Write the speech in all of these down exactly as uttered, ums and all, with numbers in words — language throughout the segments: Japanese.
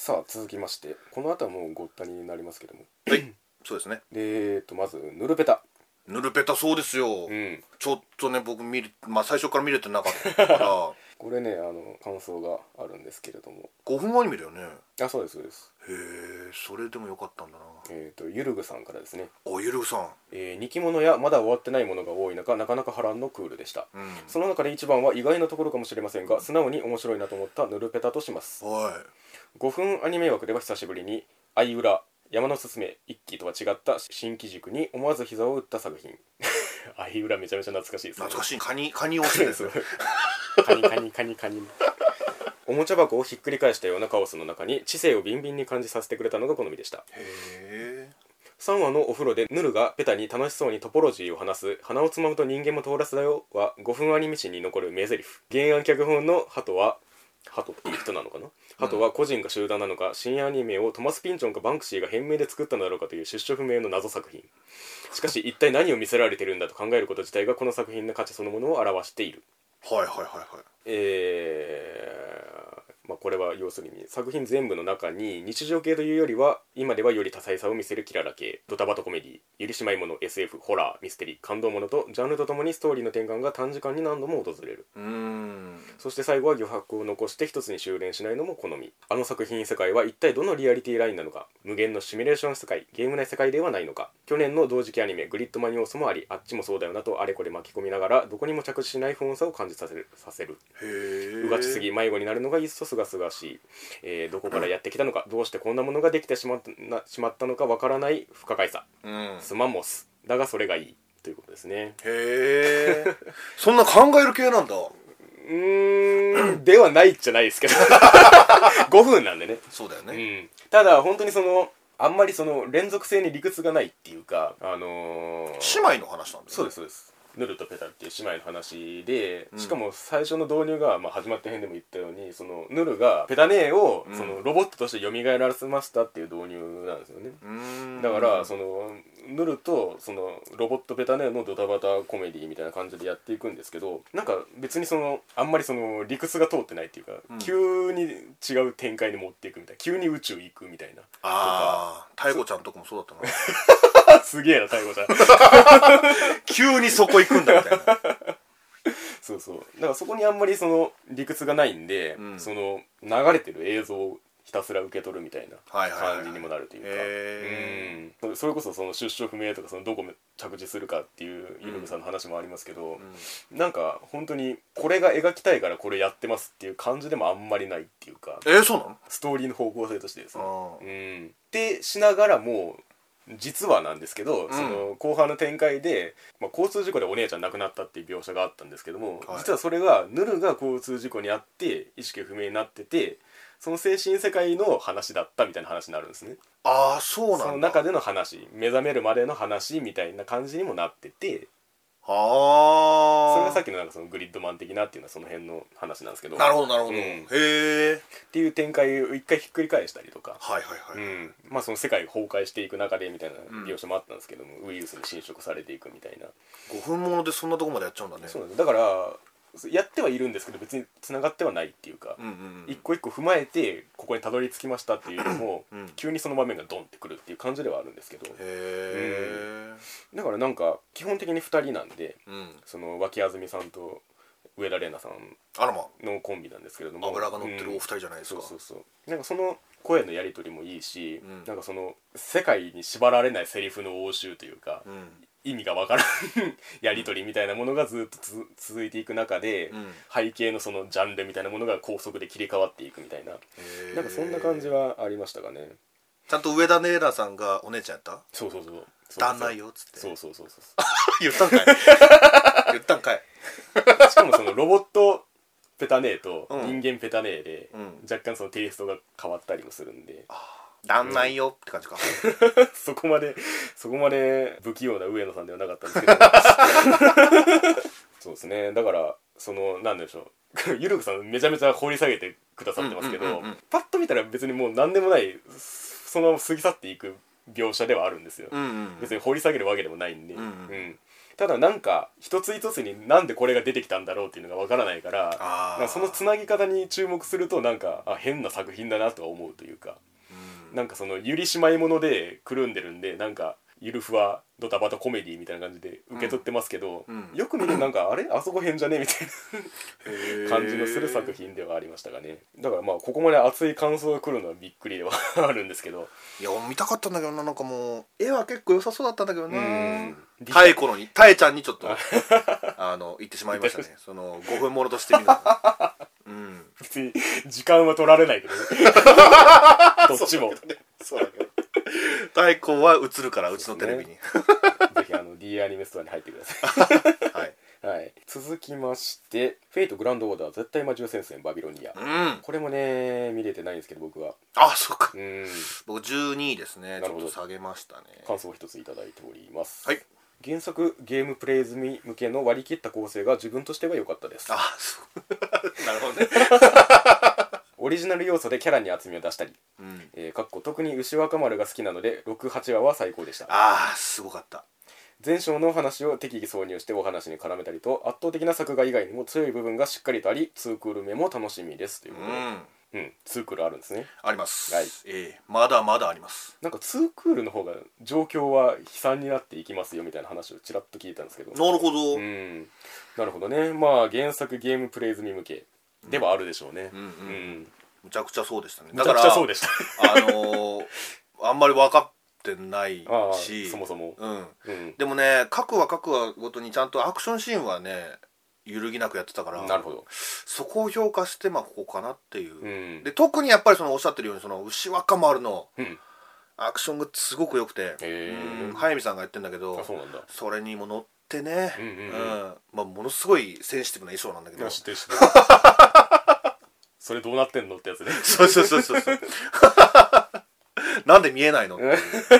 さあ続きまして、この後はもうごったになりますけども、 はいそうですね。 でえっとまずヌルペタ。 ヌルペタそうですよ、 うん、 ちょっとね僕見れ、まあ最初から見れてなかったからこれね、あの感想があるんですけれども、 ごふんアニメだよね。 あ、そうですそうです。 へえ、それでもよかったんだな。 えっとゆるぐさんからですね。 おゆるぐさん、 えー、にきものやまだ終わってないものが多い中、なかなか波乱のクールでした、 うん、 その中で一番は意外なところかもしれませんが、素直に面白いなと思ったヌルペタとします。 おいごふんアニメ枠では久しぶりに相浦山のすすめ一期とは違った新機軸に思わず膝を打った作品相浦めちゃめちゃ懐かしいですね。 懐かしい。カニカニ推しですよカニカニカニカニおもちゃ箱をひっくり返したようなカオスの中に知性をビンビンに感じさせてくれたのが好みでした。 へえ。 さんわのお風呂でヌルがペタに楽しそうにトポロジーを話す鼻をつまむと人間も通らすだよはごふんアニメ史に残る名台詞。原案脚本のハトはハトっていう人なのかな、ハトは個人か集団なのか、新アニメをトマス・ピンチョンかバンクシーが変名で作ったのだろうかという出所不明の謎作品。しかし一体何を見せられているんだと考えること自体がこの作品の価値そのものを表している。 はいはいはいはい。 えーまあ、これは要するに作品全部の中に日常系というよりは今ではより多彩さを見せるキララ系、ドタバタコメディ、許しまいもの、 エスエフ、ホラー、ミステリー、感動ものとジャンルとともにストーリーの転換が短時間に何度も訪れる。 うーん、 そして最後は余白を残して一つに修練しないのも好み。あの作品世界は一体どのリアリティラインなのか、無限のシミュレーション世界、ゲーム内世界ではないのか。去年の同時期アニメグリッドマン要素もあり、あっちもそうだよなとあれこれ巻き込みながらどこにも着地しない不穏さを感じさせるさせるへえ。 うがちすぎ迷子になるのがいっそすがすがしい、えー、どこからやってきたのか、どうしてこんなものができてしまったなしまったのかわからない不可解さ、 うん、 スマンモスだがそれがいいということですね。 へえそんな考える系なんだ。 うーんではないじゃないですけどごふんなんでね。 そうだよね、 うん、ただ本当にそのあんまりその連続性に理屈がないっていうか、あのー、 姉妹の話なんだよね。 そうですそうです。ヌルとペタっていう姉妹の話で、 うん、 しかも最初の導入が、まあ、始まった辺でも言ったように、そのヌルがペタネーをそのロボットとして蘇らせましたっていう導入なんですよね。 うーん、 だからそのヌルとそのロボットペタネーのドタバタコメディみたいな感じでやっていくんですけど、なんか別にそのあんまりその理屈が通ってないっていうか、うん、急に違う展開に持っていくみたいな、急に宇宙行くみたいな。 ああ、タイゴちゃんとかもそうだったなすげえなタイゴちゃん急にそこ行くんだみたいなそうそう、だからそこにあんまりその理屈がないんで、うん、その流れてる映像をひたすら受け取るみたいな感じにもなるというか、うん、それこそその出所不明とかそのどこ着地するかっていうゆるぐさんの話もありますけど、うん、なんか本当にこれが描きたいからこれやってますっていう感じでもあんまりないっていうか、 えー、そうなの？ ストーリーの方向性としてですね、うん、でしながらも実はなんですけど、うん、その後半の展開で、まあ、交通事故でお姉ちゃん亡くなったっていう描写があったんですけども、はい、実はそれがヌルが交通事故に遭って意識不明になってて、その精神世界の話だったみたいな話になるんですね。 ああ、そうなんだ。 その中での話、目覚めるまでの話みたいな感じにもなってて、 はあ、 それがさっきのなんかそのグリッドマン的なっていうのはその辺の話なんですけど、 なるほどなるほど、うん、 へえっていう展開を一回ひっくり返したりとか、 はいはいはい、 うん、まあその世界が崩壊していく中でみたいな描写もあったんですけども、うん、ウイルスに侵食されていくみたいな。 ごふんものでそんなとこまでやっちゃうんだね。 そうなんです。だからやってはいるんですけど別に繋がってはないっていうか、うんうんうん、一個一個踏まえてここにたどり着きましたっていうのも、うん、急にその場面がドンってくるっていう感じではあるんですけど、へー、うん、だからなんか基本的にふたりなんで、うん、その脇あずみさんと上田玲奈さんのコンビなんですけれども、 油が乗ってるお二人じゃないですか、 うん、そうそうそう、なんかその声のやり取りもいいし、うん、なんかその世界に縛られないセリフの応酬というか、うん、意味がわからんやり取りみたいなものがずっと続いていく中で、うん、背景のそのジャンルみたいなものが高速で切り替わっていくみたいな、なんかそんな感じはありましたかね。 ちゃんと上田玲奈さんがお姉ちゃんやった？ そうそうそう、 旦那よっつって、 そうそうそうそう言ったんかい言ったんかいしかもそのロボットペタネーと人間ペタネーで、うん、若干そのテイストが変わったりもするんで、 旦那よって感じか、 うん、そこまでそこまで不器用な上野さんではなかったんですけどそうですね。だからそのなんでしょうゆるくさんめちゃめちゃ掘り下げてくださってますけど、うんうんうんうん、パッと見たら別にもう何でもないそのまま過ぎ去っていく描写ではあるんですよ、うんうんうん、別に掘り下げるわけでもないんで、うんうんうん、 ただなんか一つ一つになんでこれが出てきたんだろうっていうのがわからないからあなんかそのつなぎ方に注目するとなんかあ変な作品だなとは思うというか、 うん、 なんかそのゆりしまいものでくるんでるんでなんかゆるふわドタバタコメディみたいな感じで受け取ってますけど、 うんうん、 よく見るとなんかあれあそこ変じゃねみたいへーな感じのする作品ではありましたがね。だからまあここまで熱い感想が来るのはびっくりではあるんですけど、 いや見たかったんだけどな。なんかもう絵は結構良さそうだったんだけどな。 うんタエコのにタエちゃんにちょっとあの言ってしまいましたね。そのごふんものとして見るの、うん、 別に時間は取られないけどねどっちもそうだけどタエコは映るからうちのテレビに、ね、 ぜひあの D アニメストアに入ってくださいはい、はい、続きましてフェイトグランドオーダー絶対魔獣戦線バビロニア、 うん、 これもね見れてないんですけど僕は。 あ、そうか。 うん僕じゅうにいですね。ちょっと下げましたね。 感想を一ついただいております。 はい。 原作ゲームプレイ済み向けの割り切った構成が自分としては良かったです。 あ、そうなるほどねオリジナル要素でキャラに厚みを出したり、うんえー、かっこ特に牛若丸が好きなのでろく、はちわは最高でした。 あーすごかった。 前章の話を適宜挿入してお話に絡めたりと圧倒的な作画以外にも強い部分がしっかりとありツークール目も楽しみですということで、うんうん、ツークールあるんですね。 あります、 はいえー、まだまだあります。 なんかツークールの方が状況は悲惨になっていきますよみたいな話をちらっと聞いたんですけど。 なるほど、 うん、なるほどね。まあ原作ゲームプレイ済み向けではあるでしょうね。 うんうんうんうんむちゃくちゃそうでしたね。 だからむちゃくちゃそうでしたあのー、あんまり分かってないしそもそも、 うんうん、 でもね各話各話ごとにちゃんとアクションシーンはね揺るぎなくやってたから、 なるほど、 そこを評価してまあここかなっていう、 うん、 で特にやっぱりそのおっしゃってるようにその牛若丸のうんアクションがすごく良くて、うん、速水さんが言ってんだけど、 あそうなんだ、 それにも乗ってね、 うんうんうんうんまあ、ものすごいセンシティブな衣装なんだけど、 知ってる知ってるそれどうなってんのってやつねそうそうそうそうそうなんで見えないのっていう、うん、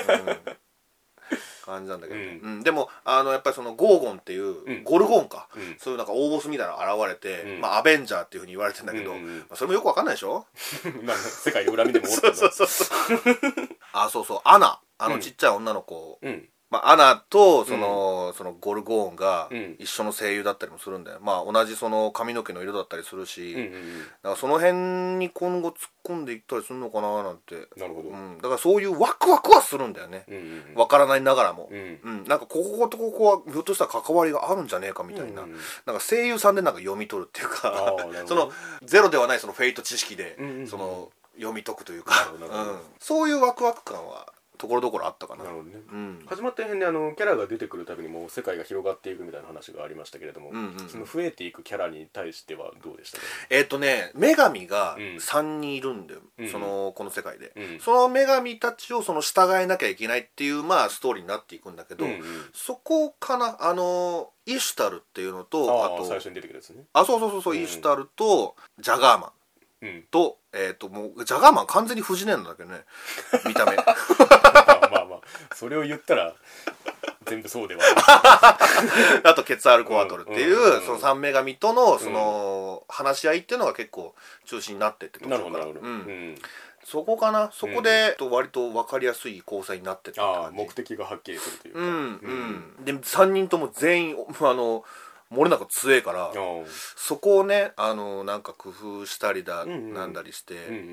感じなんだけど、うんうん、でもあのやっぱりそのゴーゴンっていう、うん、ゴルゴーンか、うん、そういうなんか大ボスみたいなのが現れて、うんまあ、アベンジャーっていうふうに言われてんだけど、うんうんまあ、それもよくわかんないでしょなん世界の恨みでも持ってるそうそうそうあそうそうアナあのちっちゃい女の子、 うんまあ、アナとその、うん、そのゴルゴーンがうん一緒の声優だったりもするんだよ、まあ同じその髪の毛の色だったりするし、 うんうんうん、 だからその辺に今後突っ込んでいったりするのかななんて。 なるほど、 うん、だからそういうワクワクはするんだよね、 うんうんうん、 分からないながらも、 うんうん、なんかこことここはひょっとしたら関わりがあるんじゃねえかみたいな、うんうん、なんか声優さんでなんか読み取るっていうかそのゼロではないそのフェイト知識で、うんうんうん、その読み解くというか、うん、そういうワクワク感はところどころあったかな。 なるほどね、 うん、 始まった辺であのキャラが出てくるたびにもう世界が広がっていくみたいな話がありましたけれども、うんうんうん、その増えていくキャラに対してはどうでしたか。 えっとね女神がさんにんいるんだよ、うん、そのこの世界で、うん、その女神たちをその従えなきゃいけないっていうまあストーリーになっていくんだけど、うんうん、そこかなあのイシュタルっていうのとあ, あと最初に出てくるやつね。 あそうそうそうそう、うん、イシュタルとジャガーマンうん、 と,、えー、ともうジャガーマン完全に不死なんだけどね見た目まあまあまあそれを言ったら全部そうではないあとケツアルコアトルっていう、うんうん、その三女神とのその、うん、話し合いっていうのが結構中心になってってなるほどなるほど、 うんうん、そこかなそこで、うん、割と分かりやすい構成になってった感じ。 あ目的がはっきりするというか、 うんうん、でさんにんとも全員あの漏れなく強いからそこをねあのなんか工夫したりだ、うんうん、なんだりして、うんうんうん、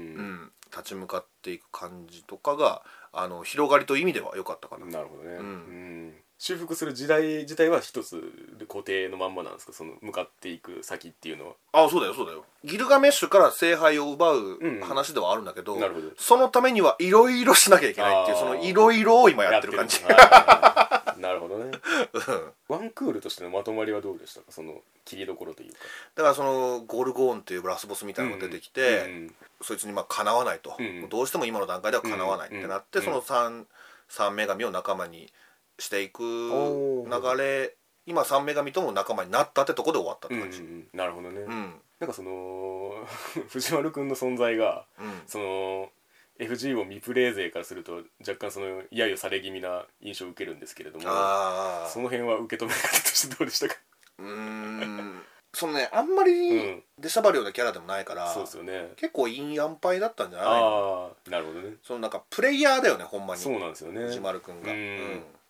立ち向かっていく感じとかがあの広がりという意味では良かったかな。 なるほどね、うんうん、修復する時代自体は一つ固定のまんまなんですか、その向かっていく先っていうのは。 ああそうだよそうだよ。ギルガメッシュから聖杯を奪う話ではあるんだけど、うんうん、なるほどそのためにはいろいろしなきゃいけないっていうそのいろいろを今やってる感じ。 なるほどねワンクールとしてのまとまりはどうでしたか、その切りどころというか。 だからそのゴルゴーンっていうラスボスみたいなのが出てきて、うんうん、そいつにまあかなわないと、うんうん、どうしても今の段階ではかなわないってなって、うんうん、その 3, 三女神を仲間にしていく流れ、今三女神とも仲間になったってとこで終わったって感じ、うんうん、 なるほどね、 うん、 なんかその藤丸くんの存在が、うん、そのエフジー を未プレイ勢からすると若干その揶揄され気味な印象を受けるんですけれども、 あその辺は受け止め方としてどうでしたか。 うーんそのねあんまり出しゃばるようなキャラでもないから、うん、 そうですよね、 結構陰安牌だったんじゃないの。ああなるほどね。 そのなんかプレイヤーだよねほんまに。 そうなんですよね藤丸くんが、うん、 うん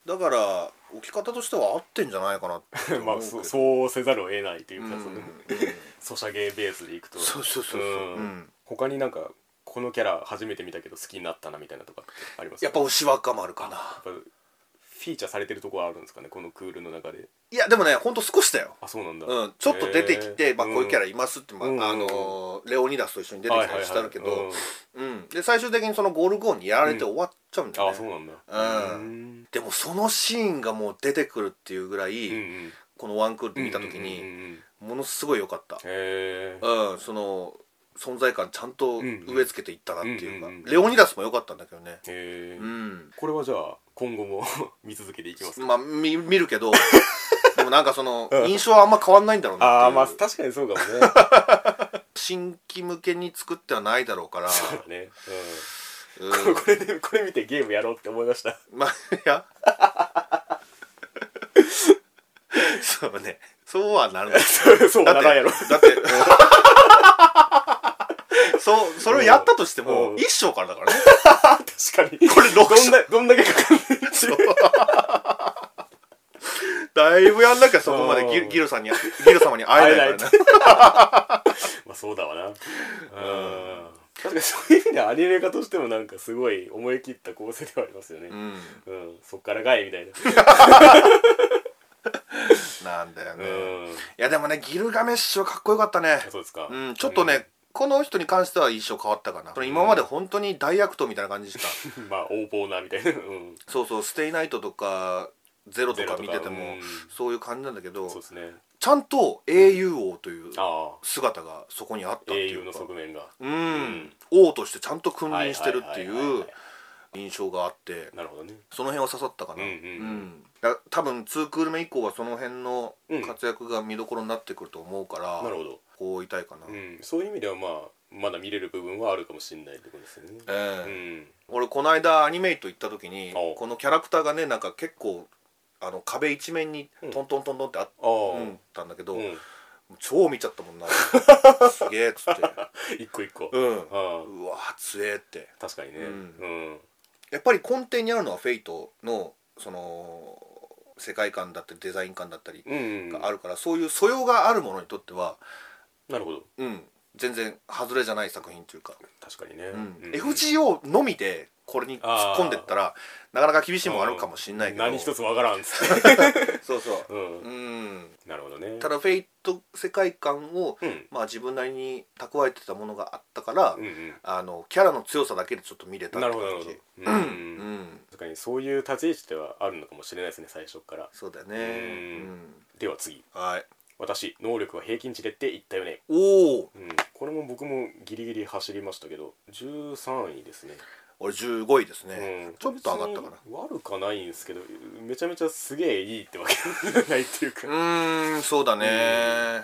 だから置き方としては合ってんじゃないかなって思うまあそそうせざるを得ないというか、 うん、 その、 うん、 ソシャゲベースでいくとそうそうそうそう、 うんうん、 他になんかこのキャラ初めて見たけど好きになったなみたいなとかってありますか？ やっぱ牛若丸かな。 やっぱフィーチャーされてるところはあるんですかね、このクールの中で。 いやでもねほんと少しだよ。 あ、そうなんだ、 うん、ちょっと出てきて、まあ、こういうキャラいいますって、まあうんあのーレオニダスと一緒に出てきたりしたけど、 はいはいはいうんで最終的にそのゴルゴーンにやられて終わっちゃうんだよね、 あ、そうなんだ、 うんうんでもそのシーンがもう出てくるっていうぐらい、 うんうんこのワンクールで見た時に、 うんうんうん、 ものすごい良かった。 へえ、 うん、その存在感ちゃんと植え付けていったなっていうか、 うんうんうんうんレオニダスも良かったんだけどね。 へえ、 うん、 これはじゃあ今後も見続けていきますか？ まあ見見るけどでもなんかその印象はあんま変わんないんだろうなっていう。 ああ、まあ確かにそうかもね新規向けに作ってはないだろうからそうだね、 ううんん、これでこれ見てゲームやろうって思いました。 まあいやそうね、そうはならないそうそうならんやろ。 だってそうそれをやったとしても、 うん一章からだからね確かにこれろくどんだどんだけかかんないんそうだいぶやんなきゃそこまでギル、ギルさんにギル様に会えないからねまあそうだわな、うん、確かにそういう意味ではアニメ化としてもなんかすごい思い切った構成ではありますよね、 うん、 うん、そっからかいみたいななんだよね、 うん、 いやでもねギルガメッシュはかっこよかったね。 そうですか、 うん、ちょっとね、うん、この人に関しては印象変わったかな。それ今まで本当に大悪党みたいな感じでした、 うん、まあ横暴なみたいな、うん、 そうそうステイナイトとかゼロとか見てても、 うん、 そういう感じなんだけど、 そうですね、 ちゃんと英雄王というあ姿がそこにあったっていうか、 英雄の側面が、 うん、うん、王としてちゃんと君臨してるっていう印象があって、 なるほどね、 その辺は刺さったかな。 うんうんうん、 だ多分にクール目以降はその辺の活躍が見どころになってくると思うから、 うん、なるほど、 こう言いたいかな、 うん、そういう意味ではまあまだ見れる部分はあるかもしれないってことですよね、 えーうん、 俺この間アニメイト行った時にこのキャラクターがねなんか結構あの壁一面にトントントントンってあったんだけど、うん、超見ちゃったもんなすげえっつって一個一個、 うん、うわ強えって。 確かにね、うんうん、 やっぱり根底にあるのはフェイトのその世界観だったりデザイン感だったりがあるから、うんうん、そういう素養があるものにとってはなるほど、 うん、全然外れじゃない作品というか。 確かにね、 うんうん、エフジーオー のみでこれに突っ込んでったらなかなか厳しいものあるかもしれないけど、 何一つわからんっつってそうそう、 うんうん、 なるほどね。 ただフェイト世界観を、 うん、 まあ自分なりに蓄えてたものがあったから、 うんうん、 あのキャラの強さだけでちょっと見れたって感じ。 なるほど、うんうん、確かにそういう立ち位置ではあるのかもしれないですね、最初から。 そうだよね、うん、 では次、 はい、 私能力は平均値でって言ったよね。 おお、 うん、これも僕もギリギリ走りましたけどじゅうさんいですね。 俺じゅうごいですね、うん、ちょっと上がったかな。 悪かないんですけどめちゃめちゃすげえいいってわけではないっていうか、 うーんそうだね、うん、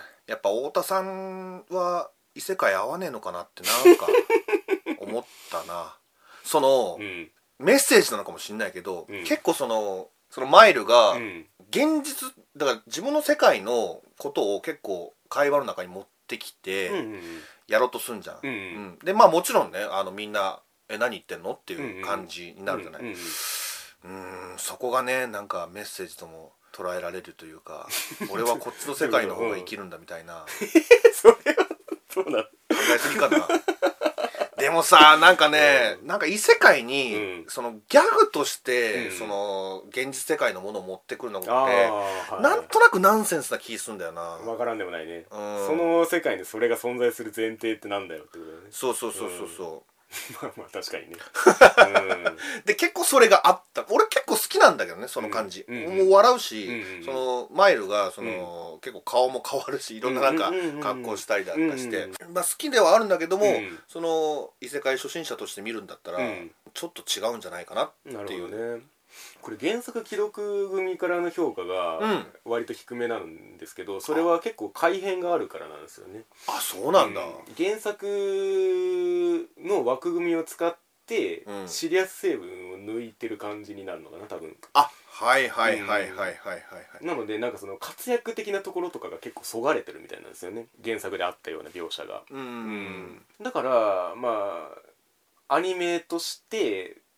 やっぱ太田さんは異世界合わねえのかなってなんか思ったなその、うん、メッセージなのかもしれないけど、うん、結構そのそのマイルが現実だから自分の世界のことを結構会話の中に持ってきてやろうとすんじゃん、うんうん、でまあもちろんねあのみんなえ何言ってんのっていう感じになるじゃない。うーんそこがねなんかメッセージとも捉えられるというか俺はこっちの世界の方が生きるんだみたいなそれはそうな考えすぎかなでもさなんかね、うん、なんか異世界に、うん、そのギャグとして、うん、その現実世界のものを持ってくるのって、はい、なんとなくナンセンスな気するんだよな。 分からんでもないね、うん、その世界にそれが存在する前提ってなんだよってことだよね。 そうそうそうそうそう、うんまあまあ確かにねうん、で結構それがあった俺結構好きなんだけどねその感じ、うんうん、もう笑うし、うんうん、そのマイルがその、うん、結構顔も変わるしいろんななんか格好したりだとかして、うんうん、まあ、好きではあるんだけども、うん、その異世界初心者として見るんだったら、うん、ちょっと違うんじゃないかなっていう。 なるほどね。これ原作既読組からの評価が割と低めなんですけど、うん、それは結構改変があるからなんですよね。 あ、そうなんだ、うん、 原作の枠組みを使ってシリアス成分を抜いてる感じになるのかな多分。 あ、はいはいはいはいはいはい、 うん、なのでなんかその活躍的なところとかが結構そがれてるみたいなんですよね原作であったような描写が。うん、うん、だからまあアニメとして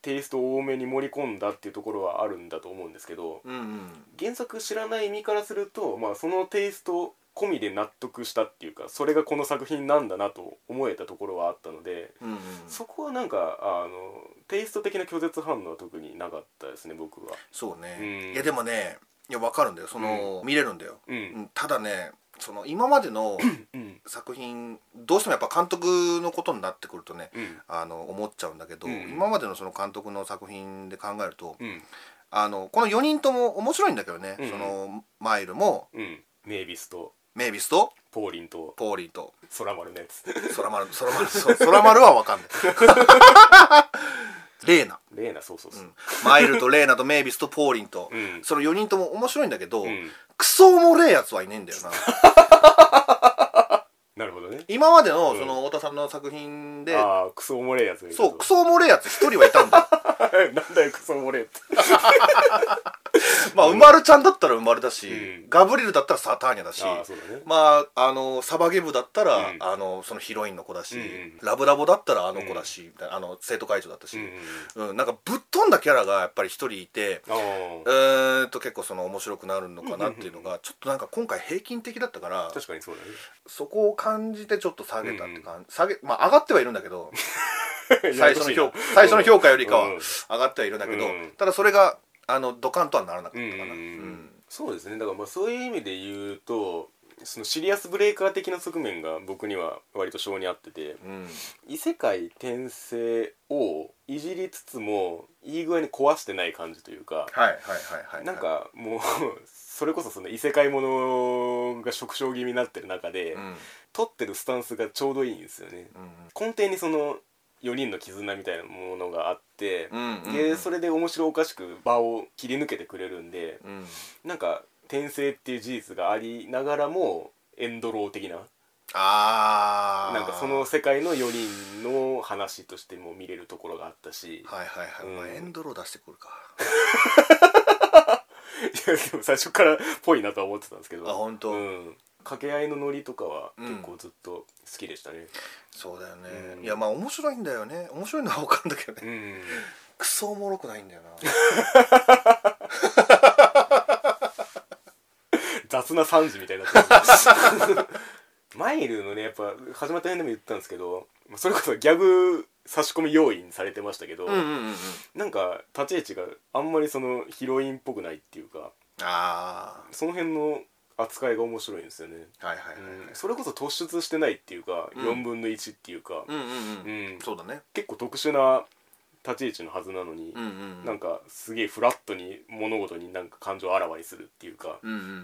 テイストを多めに盛り込んだっていうところはあるんだと思うんですけど、 うんうん、 原作知らない身からすると、まあ、そのテイスト込みで納得したっていうか、それがこの作品なんだなと思えたところはあったので、 うんうん、 そこはなんかあのテイスト的な拒絶反応は特になかったですね、僕は。 そうね、 うん、 いやでもね、いや分かるんだよ、その、うん、見れるんだよ、 うん、 ただね、その今までの作品どうしてもやっぱ監督のことになってくるとね、うん、あの思っちゃうんだけど、うん、今までのその監督の作品で考えると、うん、あのこのよにんとも面白いんだけどね、うん、そのマイルも、 うん、メイビスとメイビスとポーリンとポーリンと空丸のやつ空丸空丸空丸は分かんないレーナレーナそうそうそう、うん、 マイルとレーナとメイビスとポーリンと、うん、そのよにんとも面白いんだけど、うん、クソおもれえやつはいねえんだよななるほどね。 今までのその太田さんの作品で、うん、 ああクソおもれえやつがいる。 そうクソおもれえやつ一人はいたんだよなんだよクソおもれえってまあ、うまるちゃんだったらうまるだし、うん、ガブリルだったらサターニャだし、 あそうだね、 まああのサバゲブだったら、うん、あのそのヒロインの子だし、うん、ラブラボだったらあの子だし、うん、あの生徒会長だったし、うんうん、なんかぶっ飛んだキャラがやっぱり一人いて、えーっと結構その面白くなるのかなっていうのがちょっとなんか今回平均的だったから、 確かにそうだね、 そこを感じてちょっと下げたって感じ、うん、下げまあ上がってはいるんだけど最初の評最初の評価よりかは上がってはいるんだけど、うん、ただそれがあのドカンとはならなかったかな、うんうん、 そうですね。だからまあそういう意味で言うとそのシリアスブレイカー的な側面が僕には割と性に合ってて、うん、異世界転生をいじりつつもいい具合に壊してない感じというか、 はいはいはいはい、 なんかもうそれこそその異世界ものが縮小気味になってる中で、うん、取ってるスタンスがちょうどいいんですよね、うん、根底にそのよにんの絆みたいなものがあって、うんうんうん、でそれで面白おかしく場を切り抜けてくれるんで、うん、なんか転生っていう事実がありながらもエンドロー的な、 あなんかその世界のよにんの話としても見れるところがあったし、 はいはいはい、うん、まあ、エンドロー出してくるかいやでも最初からっぽいなとは思ってたんですけど、 あ本当、うん、 掛け合いのノリとかは結構ずっと好きでしたね、うん、 そうだよね、うん、いやまあ面白いんだよね、面白いのは分かるんだけどね、うん、クソおもろくないんだよな雑なさんじみたいになってるマイルのねやっぱ始まった辺でも言ったんですけど、それこそギャグ差し込み要因されてましたけど、うんうんうん、なんか立ち位置があんまりそのヒロインっぽくないっていうか、 あその辺の扱いが面白いんですよね、 はいはいはい、はい、 うん、それこそ突出してないっていうか、うん、よんぶんのいちっていうか、 うんうんうんうん、そうだね、 結構特殊な立ち位置のはずなのに、うんうんうん、なんかすげえフラットに物事になんか感情をあらわにするっていうか、うんうんうんうん、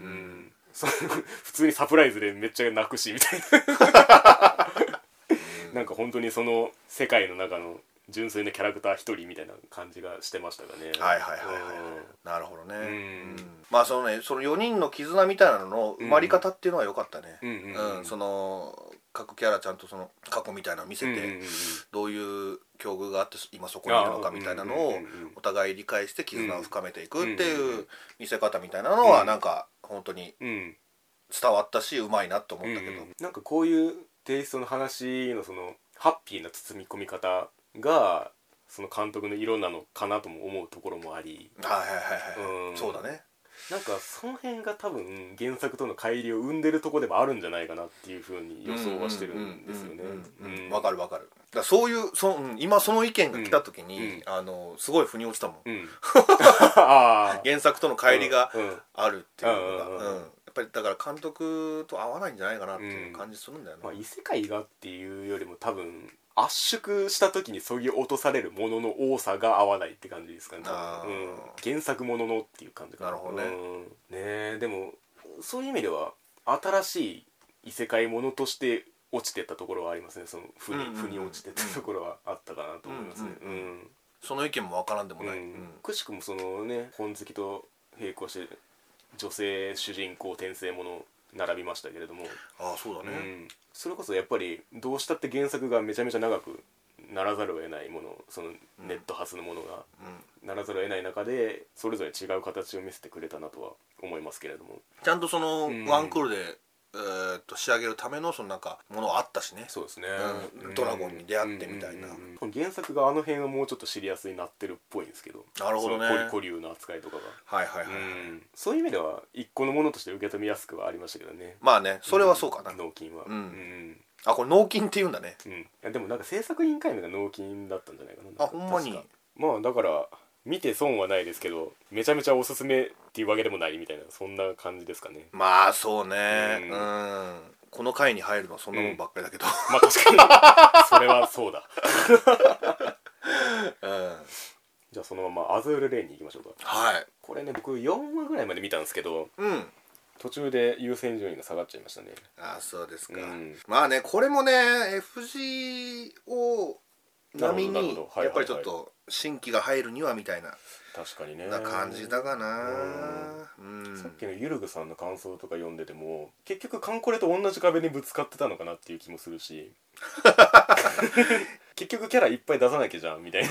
普通にサプライズでめっちゃ泣くしみたいななんか本当にその世界の中の純粋なキャラクター一人みたいな感じがしてましたがね。 はいはいはいはい、なるほどね、うんうん、まあそのねそのよにんの絆みたいなのの埋まり方っていうのは良かったね、うんうんうん、その各キャラちゃんとその過去みたいなのを見せて、うんうんうん、どういう境遇があって今そこにいるのかみたいなのをお互い理解して絆を深めていくっていう見せ方みたいなのはなんか本当に伝わったしうまいなと思ったけど、うんうん、 なんかこういうテイストの話のそのハッピーな包み込み方がその監督の色なのかなとも思うところもあり、 はいはいはいはい、うん、そうだね、 なんかその辺が多分原作との乖離を生んでるとこでもあるんじゃないかなっていう風に予想はしてるんですよね。 わかるわかる。だからそういうそ、うん、今その意見が来た時に、うん、あのすごい腑に落ちたもん、うん、原作との乖離があるっていうのが、うんうんうん、やっぱりだから監督と合わないんじゃないかなっていう感じするんだよね、 うん、まあ、異世界がっていうよりも多分圧縮した時にそぎ落とされるものの多さが合わないって感じですかね、 あ、 うん、原作もののっていう感じかな。 なるほどね、 うん、ね、でもそういう意味では新しい異世界ものとして落ちてったところはありますね。その負に、うんうんうん、負に落ちてったところはあったかなと思いますね、うんうんうんうん、 その意見もわからんでもない、うんうん、 くしくもそのね本好きと並行して女性主人公転生もの並びましたけれども、 ああそうだね、 うん、それこそやっぱりどうしたって原作がめちゃめちゃ長くならざるを得ないもの、そのネット発のものが、うん、ならざるを得ない中でそれぞれ違う形を見せてくれたなとは思いますけれども、 ちゃんとそのワンクールでえー、と仕上げるためのそのなんかものあったしね。 そうですね、 うん、ドラゴンに出会ってみたいな、 うんうんうん、原作があの辺はもうちょっとシリアスになってるっぽいんですけど、 なるほどね、 古流の扱いとかが、 はいはいはい、はい、 うん、そういう意味では一個のものとして受け止めやすくはありましたけどね。 まあね、それはそうかな、 うん、納金は、 うんうん、 あ、これ納金って言うんだね、 うん、いやでもなんか制作委員会のが納金だったんじゃないかな。 あ、ほんまに。 まあだから見て損はないですけどめちゃめちゃおすすめっていうわけでもないみたいな、そんな感じですかね。 まあそうね、 うん、 うん、この回に入るのはそんなもんばっかりだけど、うん、 まあ確かにそれはそうだうん、 じゃあそのままアズールレインに行きましょうか。 はい。 これね僕よんわぐらいまで見たんですけど、 うん、 途中で優先順位が下がっちゃいましたね。 ああそうですか、 うん、 まあねこれもね エフジー を並みにやっぱりちょっと新規が入るにはみたいな確かにねな感じだかな、 うんうん、さっきのゆるぐさんの感想とか読んでても結局カンコレと同じ壁にぶつかってたのかなっていう気もするし結局キャラいっぱい出さなきゃじゃんみたい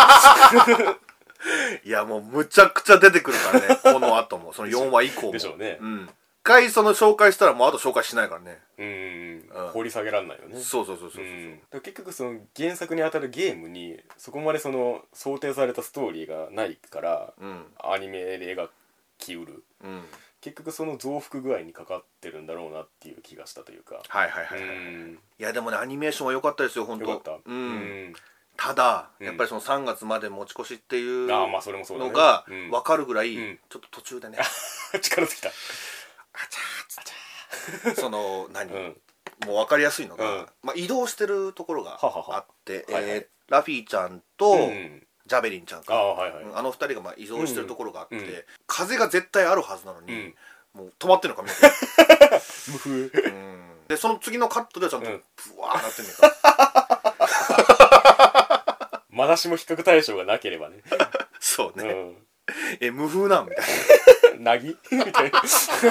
ないやもうむちゃくちゃ出てくるからねこの後もそのよんわ以降もでしょうね、 うん、一回その紹介したらもうあと紹介しないからね、 うん、 うん、 掘り下げらんないよね。 そうそうそうそうそう、うん、 だから結局その原作にあたるゲームにそこまでその想定されたストーリーがないから、うん、アニメで描きうる、うん、結局その増幅具合にかかってるんだろうなっていう気がしたというか、 はいはいはいはい、うん、いやでもねアニメーションは良かったですよ本当。 良かった、 うん、うん、ただ、うん、やっぱりそのさんがつまで持ち越しっていうのが分かるぐらい、うん、ちょっと途中でね力尽きたあちゃーっつってその何、うん、もう分かりやすいのが、うんまあ、移動してるところがあってえーはいはい、ラフィーちゃんと、うん、ジャベリンちゃんか あ,、はいはい、あのふたりがまあ移動してるところがあって、うん、風が絶対あるはずなのに、うん、もう止まってるのか見て無風、うん、でその次のカットではちゃんとブワーなってんねんからまだしも比較対象がなければねそうね、うん、え無風なんみたいななぎみたいな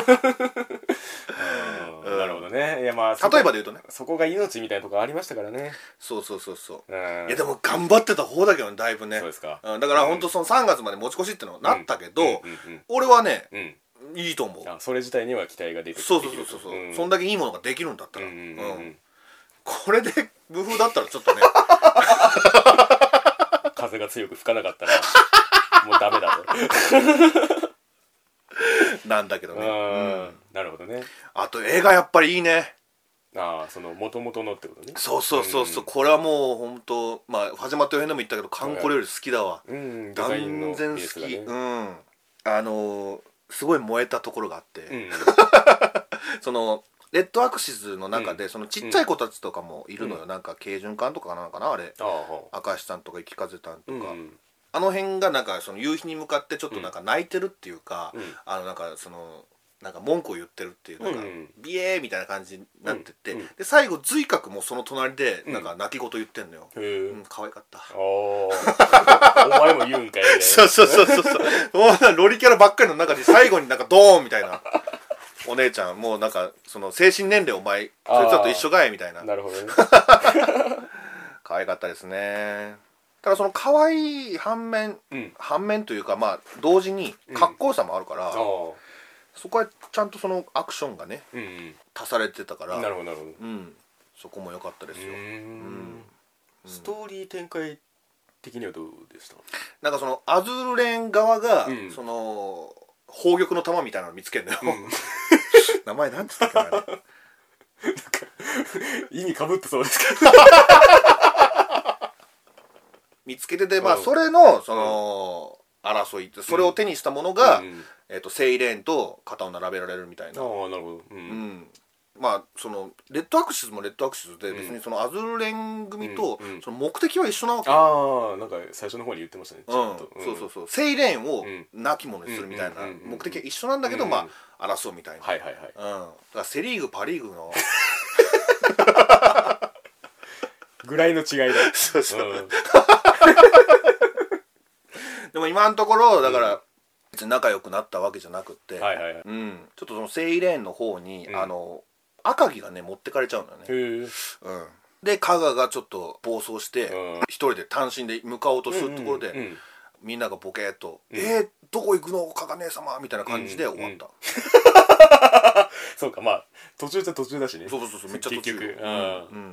うん、なるほどね。いやまあ例えばで言うとねそこが命みたいなとこありましたからね。 そうそうそうそう、うん、いやでも頑張ってた方だけどねだいぶね。 そうですか、 うん、だから本当そのさんがつまで持ち越しってのはなったけど、うんうんうんうん、俺はね、うん、いいと思う。 あそれ自体には期待が出てくる。 そうそうそうそう、うん、そんだけいいものができるんだったら、うんうんうんうん、これで無風だったらちょっとね風が強く吹かなかったらもうダメだとなんだけどね、うん、 なるほどね。 あと絵がやっぱりいいね。 ああその元々のってことね。 そうそうそうそう、うん、これはもう本当まあ始まったよへんでも言ったけどカンコレより好きだわ、 うん、 断然好き、ね、うんあのー、すごい燃えたところがあって、うん、そのレッドアクシズの中で、うん、そのちっちゃい子たちとかもいるのよ、うん、なんか慶順館とかなのかなあれ、明石さんとか生き風たんとか、うんあの辺がなんかその夕日に向かってちょっとなんか泣いてるっていうか、うん、あのなんかそのなんか文句を言ってるっていうなんか、うん、ビエーみたいな感じになってて、うん、で最後随角もその隣でなんか泣き言言ってんのよ、うんうん、可愛かった。 お前も言うんかいねそうそうそうそうそうロリキャラばっかりの中で最後になんかドーンみたいなお姉ちゃんもうなんかその精神年齢お前そいつらと一緒かいみたいな。 なるほどね可愛かったですね。ただその可愛い反面、うん、反面というかまあ同時にかっこよさもあるから、うん、そこはちゃんとそのアクションがね、うんうん、足されてたからなるほどなるほど、 うん、そこも良かったですよ。うん、 ストーリー展開的にはどうでした？ なんかそのアズールレーン側が、うん、その宝玉の玉みたいなの見つけるのよ、うん、名前なんつったっけななんか意味かぶってそうですけど見つけてて、まあそれのその争いってそれを手にしたものが、うんえー、とセイレーンと肩を並べられるみたいな。 ああなるほど、うんうん、 まあそのレッドアクシズもレッドアクシズで別にそのアズールレン組とその目的は一緒なわけよ。 ああなんか最初の方に言ってましたねちょっと、 うん、そうそうそうセイレーンを亡き者にするみたいな目的は一緒なんだけど、まあ争うみたいな。 はいはいはい、うん、だからセリーグパリーグのぐらいの違いだそうそう、うんでも今のところだから別に仲良くなったわけじゃなくて、はいはいはいうん、ちょっとそのセイレーンの方に、うん、あの赤城がね持ってかれちゃうのよね。へー、うん、で加賀がちょっと暴走して、うん、一人で単身で向かおうとするところで、うんうんうん、みんながボケーっと、うん、えー、 どこ行くのかが姉様みたいな感じで終わった、うんうん、 そうか、まあ途中じゃ途中だしね。 そうそうそう、めっちゃ途中。 結局、うん、うん、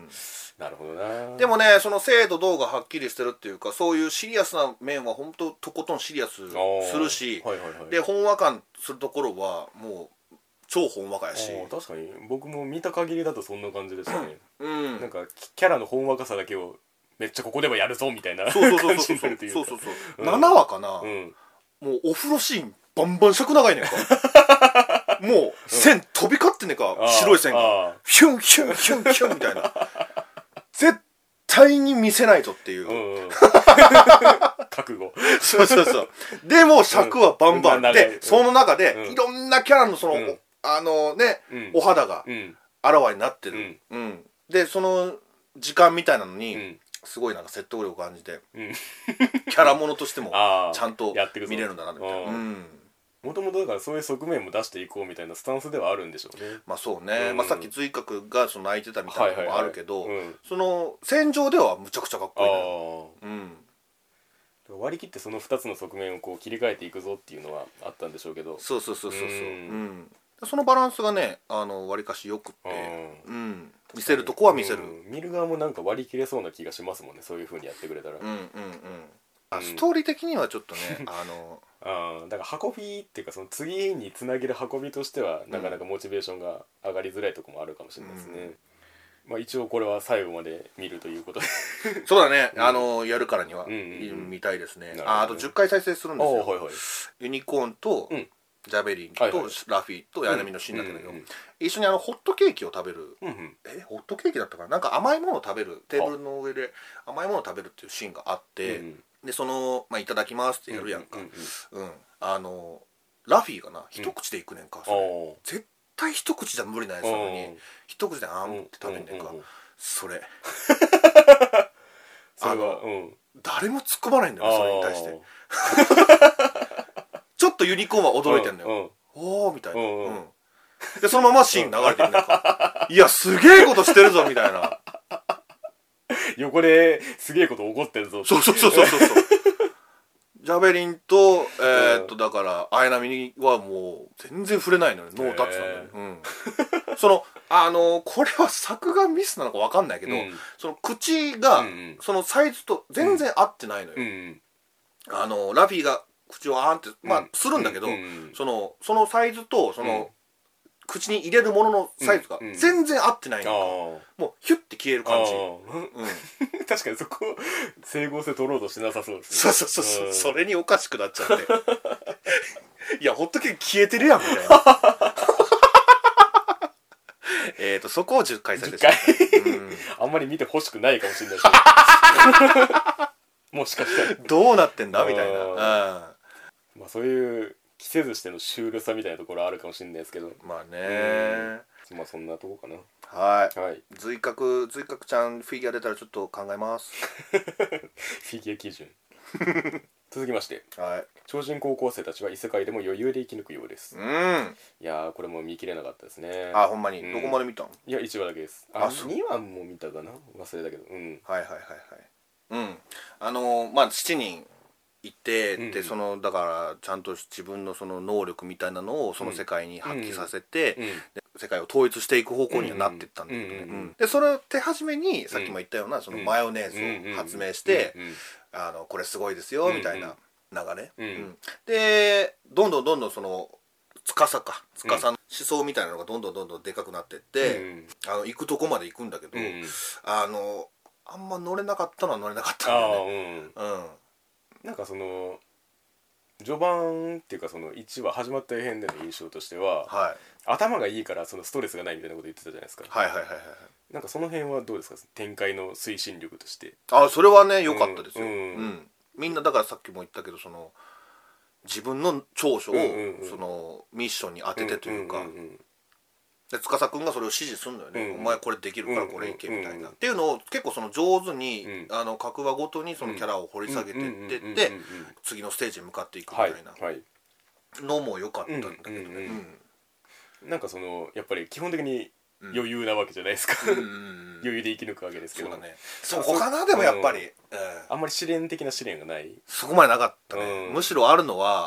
なるほどな。 でもね、その精度度がはっきりしてるっていうか、そういうシリアスな面は本当とことんシリアスするし、はいはいはい、でほんわかするところはもう超ほんわかやし。 確かに僕も見た限りだとそんな感じでしたね、うん、なんかキャラのほんわかさだけをめっちゃここではやるぞみたいな感じになるというか、そうそうそうそう、 ななわかな、うん、もうお風呂シーンバンバン尺長いねんかもう線飛び交ってんねんか、うん、白い線がヒュンヒュンヒュンヒュンみたいな絶対に見せないとっていう、うんうん、 覚悟そうそうそうでも尺はバンバン、うん、で、うん、その中で、うん、いろんなキャラのその、うん、あのね、うん、お肌があらわになってる、うんうん、でその時間みたいなのに、うん、すごいなんか説得力を感じて、うん、キャラものとしてもちゃんと見れるんだなみたいな。 もともとだからそういう側面も出していこうみたいなスタンスではあるんでしょうね。 まあそうね、うん、まあ、さっき随角がその泣いてたみたいなのもあるけど、その戦場ではむちゃくちゃかっこいいな、 うん、割り切ってそのふたつの側面をこう切り替えていくぞっていうのはあったんでしょうけど、 そうそうそうそうそう、うん、そのバランスがね、あの割りかしよくって、うん、見せるとこは見せる、うん、 見る側もなんか割り切れそうな気がしますもんね、そういう風にやってくれたら。うんうんうん、 あ、ストーリー的にはちょっとねあのあ、だから運びっていうかその次につなげる運びとしてはなかなかモチベーションが上がりづらいところもあるかもしれないですね、うん、まあ、一応これは最後まで見るということでそうだね、うん、あのやるからには、うんうんうん、見たいですね。あ、あとじゅっかい再生するんですよ、はいはい、ユニコーンと、うん、ジャベリンと、はいはい、ラフィーとヤナミのシーンだったんだけど、うんうんうん、一緒にあのホットケーキを食べる、うんうん、えホットケーキだったかな、なんか甘いものを食べる、テーブルの上で甘いものを食べるっていうシーンがあって、うんうん、でその、まあ、いただきますってやるやんか、うんうんうんうん、あのラフィーがな一口でいくねんか、うん、それ絶対一口じゃ無理なやつなのに一口であんって食べんねんか、うんうんうん、それそれは、うん、誰も突っ込まないんだよそれに対してちょっとユニコーンは驚いてんのよ、うんうん、おーみたいな、うんうん、でそのままシーン流れてるねんかいやすげえことしてるぞみたいな横ですげえこと起こってるぞ。 そうそうそうそうそうジャベリンとえー、っとだからアイナミはもう全然触れないのよ、ノータッチなのよ、うん、そのあのこれは作画ミスなのか分かんないけど、うん、その口が、うんうん、そのサイズと全然合ってないのよ、うんうん、あのラフィーが口をあーんってまあ、うん、するんだけど、うんうん、そのそのサイズとその、うん、口に入れるもののサイズが全然合ってないのか、うん、もうヒュッて消える感じ、うん、 確かにそこ整合性取ろうとしてなさそうですね。 そうそうそうそう、うん、それにおかしくなっちゃっていやホットケーキ消えてるやんみたいなえっとそこをじゅっかい再生して、 うん、あんまり見てほしくないかもしれないしもしかしたらどうなってんだみたいな、うん、 まあそういう着せずしてのシュールさみたいなところあるかもしれないですけど、 まあね、 まあそんなとこかな。 はい、はい、随角随角ちゃんフィギュア出たらちょっと考えますフィギュア基準続きまして、はい、超人高校生たちは異世界でも余裕で生き抜くようです。うん、いやーこれも見切れなかったですね。 あ、ほんまに、うん、どこまで見たん？ いやいちわだけです。あ、にわも見たかな、忘れたけど、うん、 はいはいはいはい、うん、あのー、まあしちにんいて、うん、でそのだからちゃんと自分のその能力みたいなのをその世界に発揮させて、うんうん、で世界を統一していく方向にはなっていったんだけどね、うんうんうん、でそれを手始めにさっきも言ったようなそのマヨネーズを発明して、うんうんうん、あのこれすごいですよみたいな流れ、うんうん、でどんどんどんどんその司か司の思想みたいなのがどんどんどんどんでかくなってって、うん、あの行くとこまで行くんだけど、うん、あのあんま乗れなかったのは乗れなかったんだよね。うん、うん、 なんかその序盤っていうかそのいちわ始まった編での印象としては、はい、頭がいいからそのストレスがないみたいなこと言ってたじゃないですか。 はいはいはいはい。 なんかその辺はどうですか、展開の推進力として。 あ、それはね良かったですよ、うんうんうん、みんなだからさっきも言ったけどその自分の長所を、うんうんうん、そのミッションに当ててというか、うんうんうんうん、で司君がそれを指示するのよね、うんうん、お前これできるからこれいけみたいな、うんうんうん、っていうのを結構その上手に、うん、あの各話ごとにそのキャラを掘り下げていってって次のステージに向かっていくみたいなのも良かったんだけどね、うんうんうん、なんかそのやっぱり基本的に余裕なわけじゃないですか、うん、余裕で生き抜くわけですけど、 そうだね、そこかなでもやっぱり、うん、 あんまり試練的な試練がない、 そこまでなかったね、うん、むしろあるのは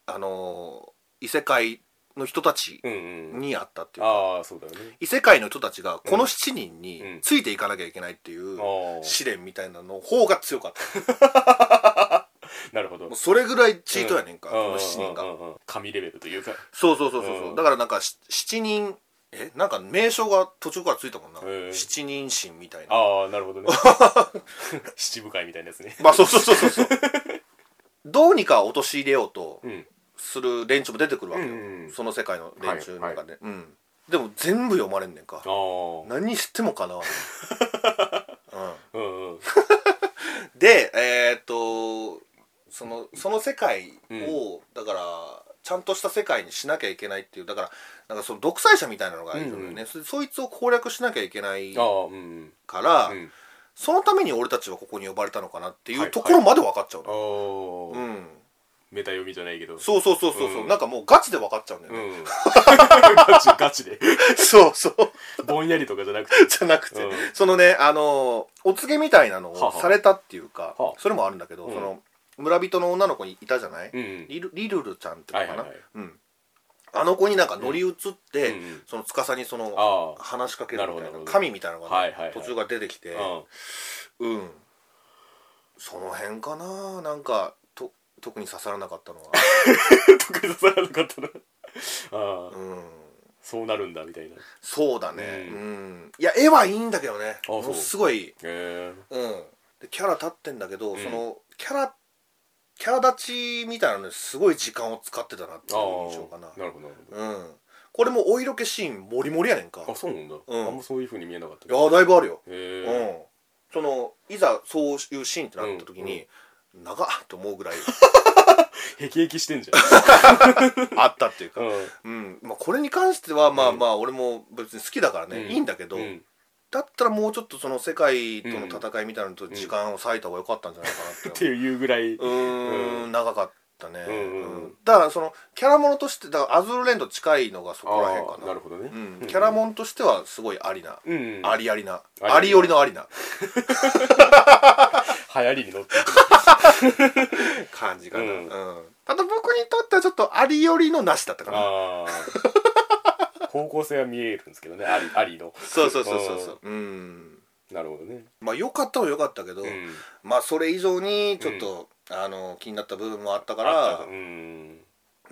あの異世界の人たちにあったっていうか、 うんうん、あそうだよね、 異世界の人たちがこのしちにんについていかなきゃいけないっていう試練みたいなの方が強かったなるほど、もうそれぐらいチートやねんか、うん、このしちにんが、うんうんうん、神レベルというか、 そうそうそうそう、うん、だからなんかしちにんえなんか名称が途中からついたもんな、七人神みたいな、 ああなるほどね七部会みたいなやつねまあそうそうそうそうそうどうにか陥れようとする連中も出てくるわけよ、うんうん、その世界の連中の中で、はいはい、うん、でも全部読まれんねんか、何してもかなわないうんうんうん、でえー、っとそのその世界を、うん、だからちゃんとした世界にしなきゃいけないっていう、だからなんかその独裁者みたいなのがいるのよね、うんうん、そ, そいつを攻略しなきゃいけないから、うんうん、そのために俺たちはここに呼ばれたのかなっていうところまで分かっちゃうの、はいはい、うん、 メタ読みじゃないけど、 そうそうそうそう、うん、なんかもうガチで分かっちゃうんだよね、うん、 ガチガチでそうそうぼんやりとかじゃなくてじゃなくて、うん、そのねあのお告げみたいなのをされたっていうか、ははそれもあるんだけど、うん、その村人の女の子にいたじゃない、うん、リ, ルリルルちゃんっていうのかな、はいはいはい、うん、あの子になんか乗り移って、うん、その司にその話しかけるみたいな神みたいなのが、ね、はいはいはい、途中が出てきて、うん、うん、その辺かな、なんかと特に刺さらなかったのは特に刺さらなかったのあ、うん、そうなるんだみたいな、 そうだね、うんうん、いや絵はいいんだけどね、ものすごい、へー、うん、でキャラ立ってんだけど、うん、そのキャラキャラ立ちみたいなのにすごい時間を使ってたなっていう印象かな。 なるほどなるほど、 うん、これもお色気シーンモリモリやねんか。 あ、そうなんだ、うん、あんまそういう風に見えなかった。 いやだいぶあるよ。へえ、うん、そのいざそういうシーンってなった時に、うんうん、長っと思うぐらいヘキヘキしてんじゃんあったっていうか、うんうん、まあ、これに関してはまあまあ俺も別に好きだからね、うん、いいんだけど、うん、だったらもうちょっとその世界との戦いみたいなのと時間を割いた方が良かったんじゃないかなって、 っていうぐらい、うーん、長かったね、うんうんうん、だからそのキャラモノとしてだからアズールレンド近いのがそこらへんかな。 なるほどね、 うん、キャラモンとしてはすごいありな、うんうん、ありありなありよりのありな流行りに乗っていく感じかな、うんうん、ただ僕にとってはちょっとありよりのなしだったかな。あ方向性は見えるんですけどね、あり、ありの。 そうそうそうそうそう、うん、 なるほどね。 まあ良かったは良かったけど、うん、まあそれ以上にちょっと、うん、あの気になった部分もあったから、うん、 うん、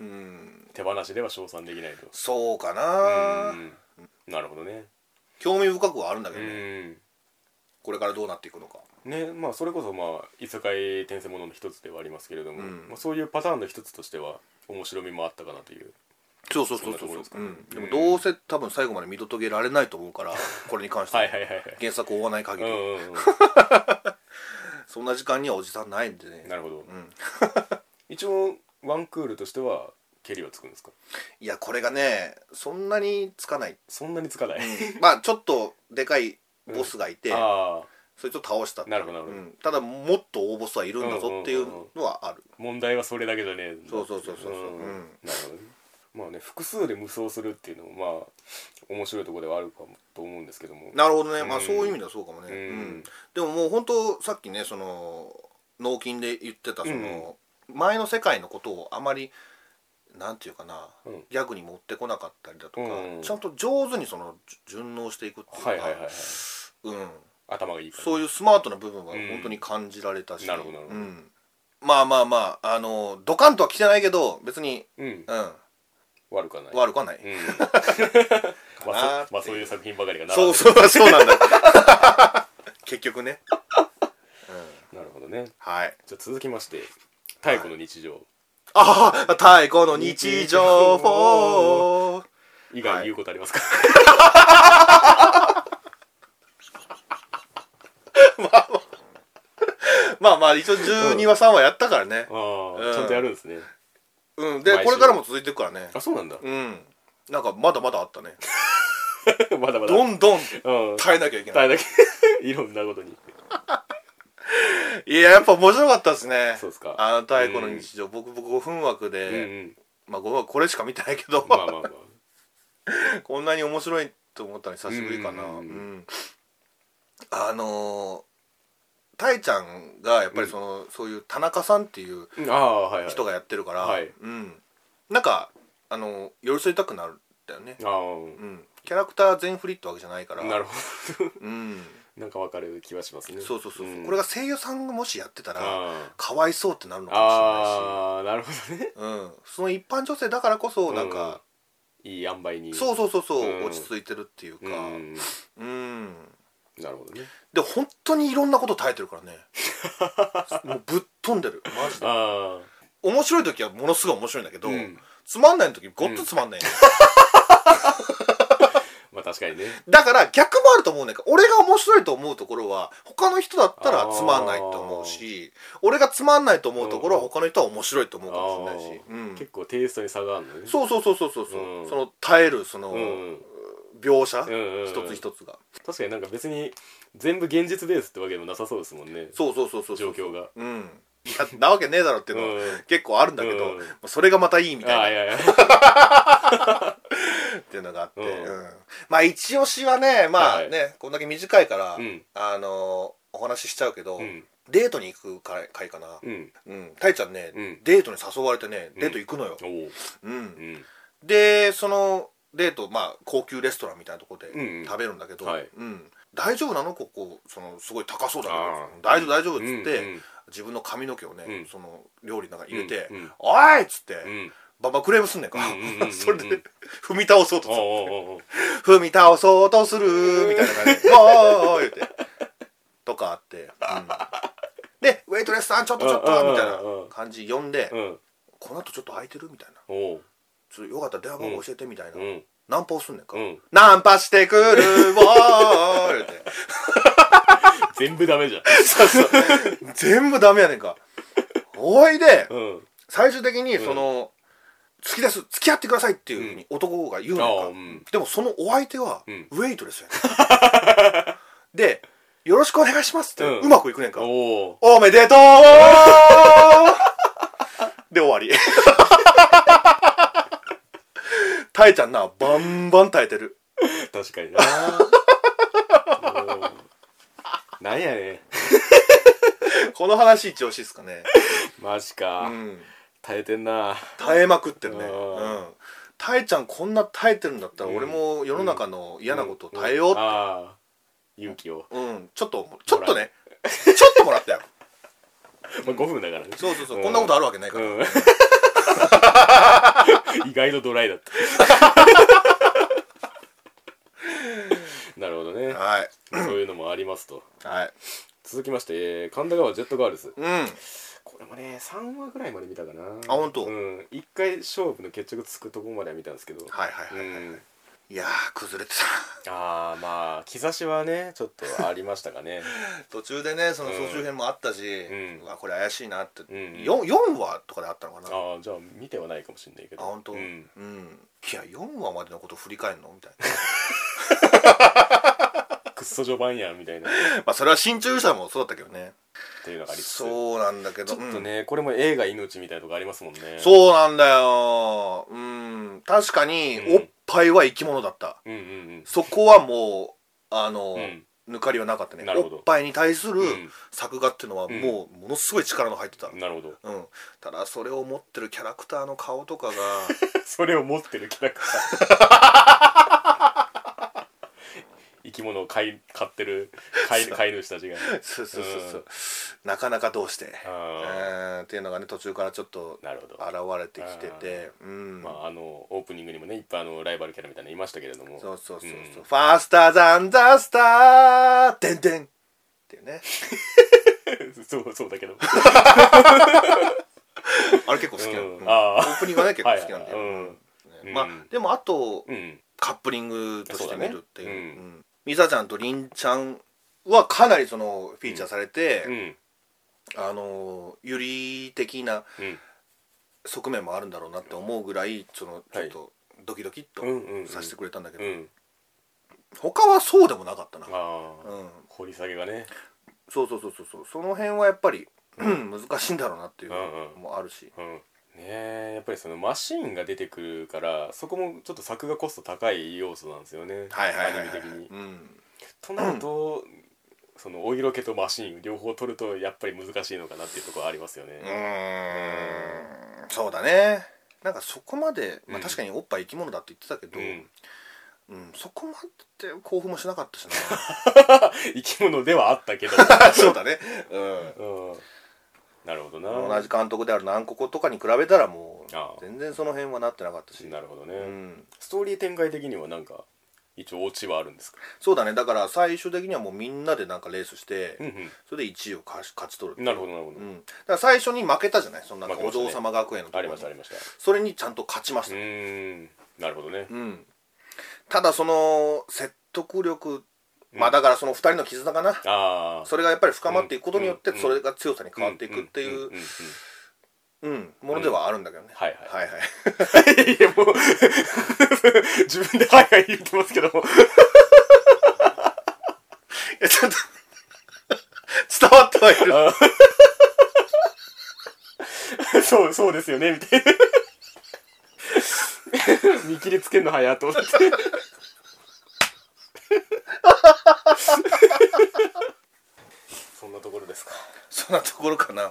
手放しでは称賛できないと。 そうかな、 うん、なるほどね。 興味深くはあるんだけどね、うん、これからどうなっていくのかね。まあそれこそまあ異世界転生ものの一つではありますけれども、うん、まあ、そういうパターンの一つとしては面白みもあったかなという。 そうそうそうそうそう、うん、でもどうせ多分最後まで見届けられないと思うからこれに関しては原作を追わない限り、うんうんうん、そんな時間にはおじさんないんでね。 なるほど、うん、一応ワンクールとしてはケリはつくんですか？ いやこれがねそんなにつかない。 そんなにつかない、 うん、まあちょっとでかいボスがいて、うん、あそいつを倒したって。 なるほどなるほど、 うん、ただもっと大ボスはいるんだぞっていうのはある、 うんうんうん、問題はそれだけじゃねえ。 そうそうそうそうそう、うん、 なるほどね。まあね、複数で無双するっていうのもまあ面白いところではあるかもと思うんですけども。 なるほどね、うん、まあそういう意味ではそうかもね、うんうん、でももう本当さっきねその脳筋で言ってたその、うん、前の世界のことをあまりなんていうかな、うん、ギャグに持ってこなかったりだとか、うん、ちゃんと上手にその順応していくっていうか、はいはいはいはい、うん、 頭がいいから、ね、 そういうスマートな部分は本当に感じられたし、うん、なるほどなるほど、うん、まあまあまああのドカンとは来てないけど別に、うん、うん、 悪くはない。 悪くはない。うん、 まあ、そまあそういう作品ばかりが並んでる。そうそうそうなんだ。結局ね。 うん、なるほどね。 はい。 じゃあ続きまして、太古の日常。 ああ、太古の日常フォー。 以外言うことありますか？ まあまあまあ一応じゅうにわさんわやったからね。 ああ、ちゃんとやるんですね。 うん、でこれからも続いていくからね。 あ、そうなんだ。 うん、なんかまだまだあったね。 まだまだどんどん耐えなきゃいけない。 耐えなきゃいろんなことに。 いややっぱ面白かったですね。 そうですか。 あの太古の日常、うん、僕僕ごふん枠で、うんうん、まあごふん枠これしか見てないけど、まあまあまあこんなに面白いと思ったの久しぶりかな。うんうんうん、あのーたいちゃんがやっぱりその、うん、そういう田中さんっていう人がやってるから、はい、うん、 なんかあの寄り添いたくなるんだよね。 ああ、 うん、キャラクター全振りってわけじゃないから。 なるほどうんなんかわかる気はしますね。 そうそうそうそう、 うん、 これが声優さんがもしやってたらあかわいそうってなるのかもしれないし、 ああなるほどね、 うん、その一般女性だからこそなんか、 うん、いい塩梅にそうそうそうそう、 うん、 落ち着いてるっていうか、うん、うん、 なるほどね。 で本当にいろんなこと耐えてるからねもうぶっ飛んでるマジで。 あ面白い時はものすごい面白いんだけど、 うん、 つまんない時ごっつつまんないね、 まあ確かにね。 だから逆もあると思うねんか。俺が面白いと思うところは他の人だったらつまんないと思うし、俺がつまんないと思うところは他の人は面白いと思うかもしれないし、うん、 結構テイストに差があるのね。 そうそうそうそうそう、 うん、 その耐えるその、うん、描写、 うんうん、 一つ一つが確かになんか別に全部現実ベースってわけでもなさそうですもんね。 そうそうそうそう状況が、 うん、いやなわけねえだろっていうのは、うん、結構あるんだけど、うん、それがまたいいみたいな、あいやいやっていうのがあって、うんうん、まあ一押しはね、まあね、はい、こんだけ短いから、うん、あのお話ししちゃうけど、うん、デートに行く回かな、うんうん、たいちゃんね、うん、デートに誘われてねデート行くのよ、うんうん、でそのデート、まあ高級レストランみたいなところで食べるんだけど、うんうんはいうん、大丈夫なのここそのすごい高そうだけど大丈夫大丈夫っつって、うんうん、自分の髪の毛をね、うん、その料理の中に入れて、うんうん、おいっつって、うんバンバンクレームすんねんか、うんうんうんうん、それで踏み倒そうとする踏み倒そうとするみたいな感じで「おーい!」言うてとかあって、うん、でウェイトレスさんちょっとちょっとみたいな感じ呼んで、うん、この後ちょっと空いてるみたいなちょっとよかったら電話番号教えてみたいな、うん、ナンパをすんねんか、うん、ナンパしてくるわー言うて全部ダメじゃんそうそう全部ダメやねんかおいで、うん、最終的にその、うん好きです付き合ってくださいっていうふうに男が言うのか、うん、でもそのお相手はウェイトレスやね、うん、でよろしくお願いしますって、うん、うまくいくねんか、お, おめでとうで終わりたえちゃんなバンバン耐えてる確かにななんやねんこの話一押しっすかねマジか、うん耐えてんな耐えまくってるね、うん、耐えちゃんこんな耐えてるんだったら、うん、俺も世の中の嫌なことを耐えようって、うんうん、あ勇気を、 うん、ちょっとちょっとねちょっともらったよまあごふんだからねそうそうそう、うん、こんなことあるわけないから、うん、 意外とドライだったなるほどね、はい、そういうのもありますと、はい、続きまして、えー、神田川ジェットガールズ、うんこれもねさんわぐらいまで見たかなあ本当うんいっかい勝負の決着つくとこまでは見たんですけどはいはいはい、はいうん、いやー崩れてたあーまあ兆しはねちょっとありましたかね途中でねその総集編もあったし、うん、うわこれ怪しいなって、うん、よん, よんわとかであったのかなああじゃあ見てはないかもしれないけどあ本当うん、うん、いやよんわまでのこと振り返るのみたいなくっそ序盤やんみたいなまあそれは新中者もそうだったけどねっていうのがありつつそうなんだけどちょっとね、うん、これも映画命みたいなとこありますもんねそうなんだようん確かにおっぱいは生き物だった、うんうんうん、そこはもうあの、うん、抜かりはなかったねおっぱいに対する作画っていうのはもうものすごい力の入ってた、 うん、なるほど、 うん、ただそれを持ってるキャラクターの顔とかがそれを持ってるキャラクター生き物を飼い飼ってる飼い飼い主たちがそうそうそうそう、うん、なかなかどうして、えー、っていうのがね途中からちょっと現れてきてて、うん、 まああのオープニングにもねいっぱいあのライバルキャラみたいなのいましたけれどもそうそうそうそう、うん、ファースターザンザスターてんてんっていうねそうそうだけどあれ結構好きなの、うん、あオープニングはね結構好きなんだよ、はいはいうんね、まあでもあと、うん、カップリングとして見るっていう、ねうん、ミサちゃんとリンちゃんはかなりそのフィーチャーされて、うん、あのユリ的な側面もあるんだろうなって思うぐらいそのちょっとドキドキっとさせてくれたんだけど、うんうんうん、他はそうでもなかったなあ、 うん、掘り下げがねそうそうそうそうその辺はやっぱり、うん、難しいんだろうなっていうのもあるし、うんうんねやっぱりそのマシーンが出てくるからそこもちょっと作画コスト高い要素なんですよねはいはいはい、はい、 アニメ的に、うん、となると、うん、そのお色気とマシーン両方取るとやっぱり難しいのかなっていうところありますよねうーんそうだねなんかそこまで、まあ、確かにおっぱい生き物だって言ってたけど、 うんうん、そこまで興奮もしなかったしな生き物ではあったけどそうだね、うん、 うん、なるほどな。 同じ監督である南国とかに比べたらもうああ全然その辺はなってなかったし。 なるほどね、 うん、 ストーリー展開的にはなんか一応オチはあるんですか？ そうだね、だから最終的にはもうみんなでなんかレースして、 うんうん、 それでいちいを勝ち勝ち取る。 なるほどなるほど、 うん、だから最初に負けたじゃない、そのなんかお嬢様学園のところにありましたありました。 それにちゃんと勝ちました。 うーん、なるほどね、 うん、ただその説得力、 うん、 まあだからそのふたりの絆かな、 あそれがやっぱり深まっていくことによってうんそれが強さに変わっていくっていうものではあるんだけどね、 はいはいはいはいいやもう自分ではいはい言ってますけどもいやちょっと伝わってはいるそうそうですよねみたいな見切りつけんの早と思ってそんなところですか。 そんなところかな、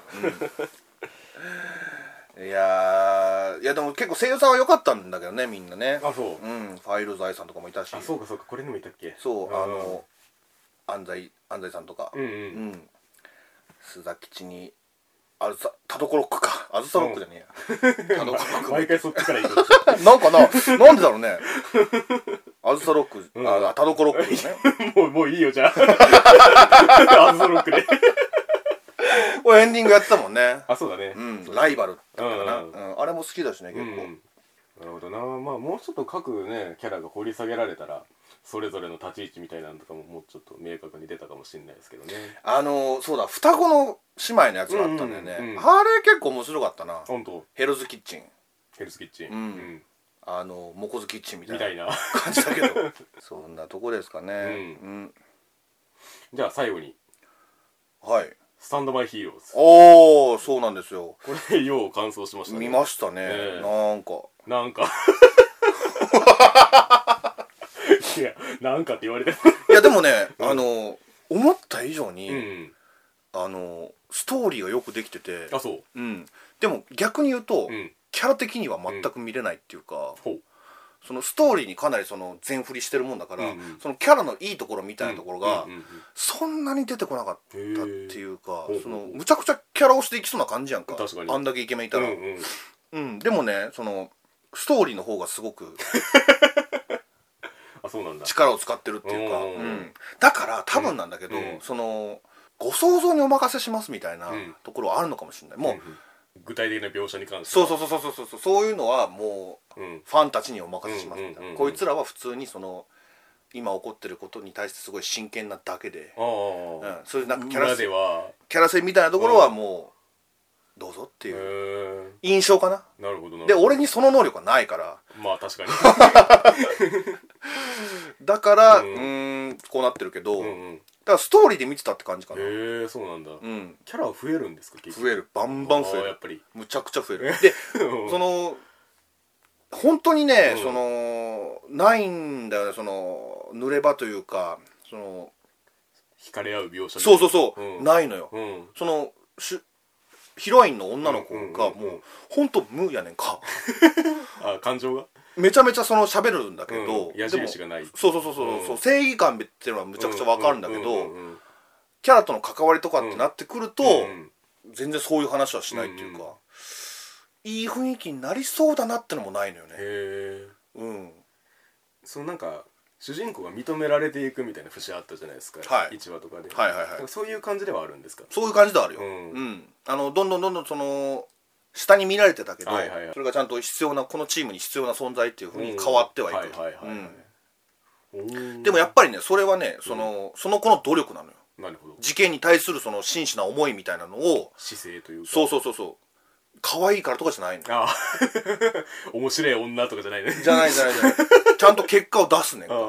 うん、いやいやでも結構声優さんは良かったんだけどね、みんなね。 あ、そう、 うん、ファイル財さんとかもいたし。 あ、そうかそうか、これにもいたっけ。 そうあの安西安西さんとか、 うんうん、うん、 須田吉にあずさ田所ロックか、あずさロックじゃねえや、田所ロック毎回そっちから行くなんかな、なんでだろうねあずさロック、うん、あ田所ロックですねもうもういいよじゃああずさロックでこれエンディングやってたもんね。 あ、そうだね、 うん、ライバルってかな、 うんうん、あれも好きだしね結構、うん、 なるほどな。まあもうちょっと各ねキャラが掘り下げられたらそれぞれの立ち位置みたいなのとかももうちょっと明確に出たかもしれないですけどね。 あのー、そうだ、双子の姉妹のやつがあったんだよね、うんうんうん、あれ結構面白かったな。 本当。 ヘルズキッチンヘルズキッチン、 うん、うん、あのモコズキッチンみたいな感じだけどそんなとこですかね、うんうん、 じゃあ最後に、 はい、 スタンドバイヒーローズ。 おお、そうなんですよ。 これよう完走しましたね。 見ましたね、えー、なんかなんかいや、なんかって言われていやでもね、うん、あの思った以上に、うん、あのストーリーがよくできてて、 あ、そう、 うん、でも逆に言うと、うん、キャラ的には全く見れないっていうか、うん、そのストーリーにかなりその全振りしてるもんだから、うんうん、そのキャラのいいところみたいなところが、うんうんうん、そんなに出てこなかったっていうか、そのむちゃくちゃキャラ押していきそうな感じやんか、 確かにあんだけイケメンいたら、うんうんうん、でもね、そのストーリーの方がすごくあ、そうなんだ、 力を使ってるっていうか、うん、だから多分なんだけど、うん、そのご想像にお任せしますみたいなところはあるのかもしれない、もう、うんうん、 具体的な描写に関してそうそうそうそうそうそう、そういうのはもう、うん、ファンたちにお任せしますみたいな、うんうんうんうん、こいつらは普通にその今起こってることに対してすごい真剣なだけで、うん、そういうなんかキャラ性キャラ性みたいなところはもうどうぞっていう印象かな。 なるほどな。 で俺にその能力はないから、 まあ確かにだからうん、ーんこうなってるけど、うんうん、だからストーリーで見てたって感じかな。 へえ、そうなんだ、うん、キャラは増えるんですか？ 増える、バンバン増える、 やっぱりむちゃくちゃ増えるでその本当にね、うん、そのないんだよね、その濡れ場というか、その惹かれ合う描写、 そうそうそう、うん、ないのよ、うん、そのしヒロインの女の子がもう本当無やねんかあ、感情がめちゃめちゃその喋るんだけど、 うん、矢印がない、 そうそうそうそう、うん、そう正義感っていうのはむちゃくちゃ分かるんだけど、キャラとの関わりとかってなってくると、うんうん、全然そういう話はしないっていうか、うんうん、いい雰囲気になりそうだなってのもないのよね。へえ、うん、そのなんか主人公が認められていくみたいな節あったじゃないですか、はい、いちわとかで、はいはいはい、そういう感じではあるんですか？ そういう感じではあるよ、うんうん、あのどんどんどんどんその下に見られてたけど、はいはいはい、それがちゃんと必要なこのチームに必要な存在っていう風に変わってはいく。でもやっぱりね、それはね、その、うん、その子の努力なのよ。なるほど。事件に対するその真摯な思いみたいなのを、 姿勢というか、 そうそうそうそう、可愛いからとかじゃないの。ああ面白い女とかじゃないね。 じゃないじゃないじゃない。ちゃんと結果を出すねんか。うん。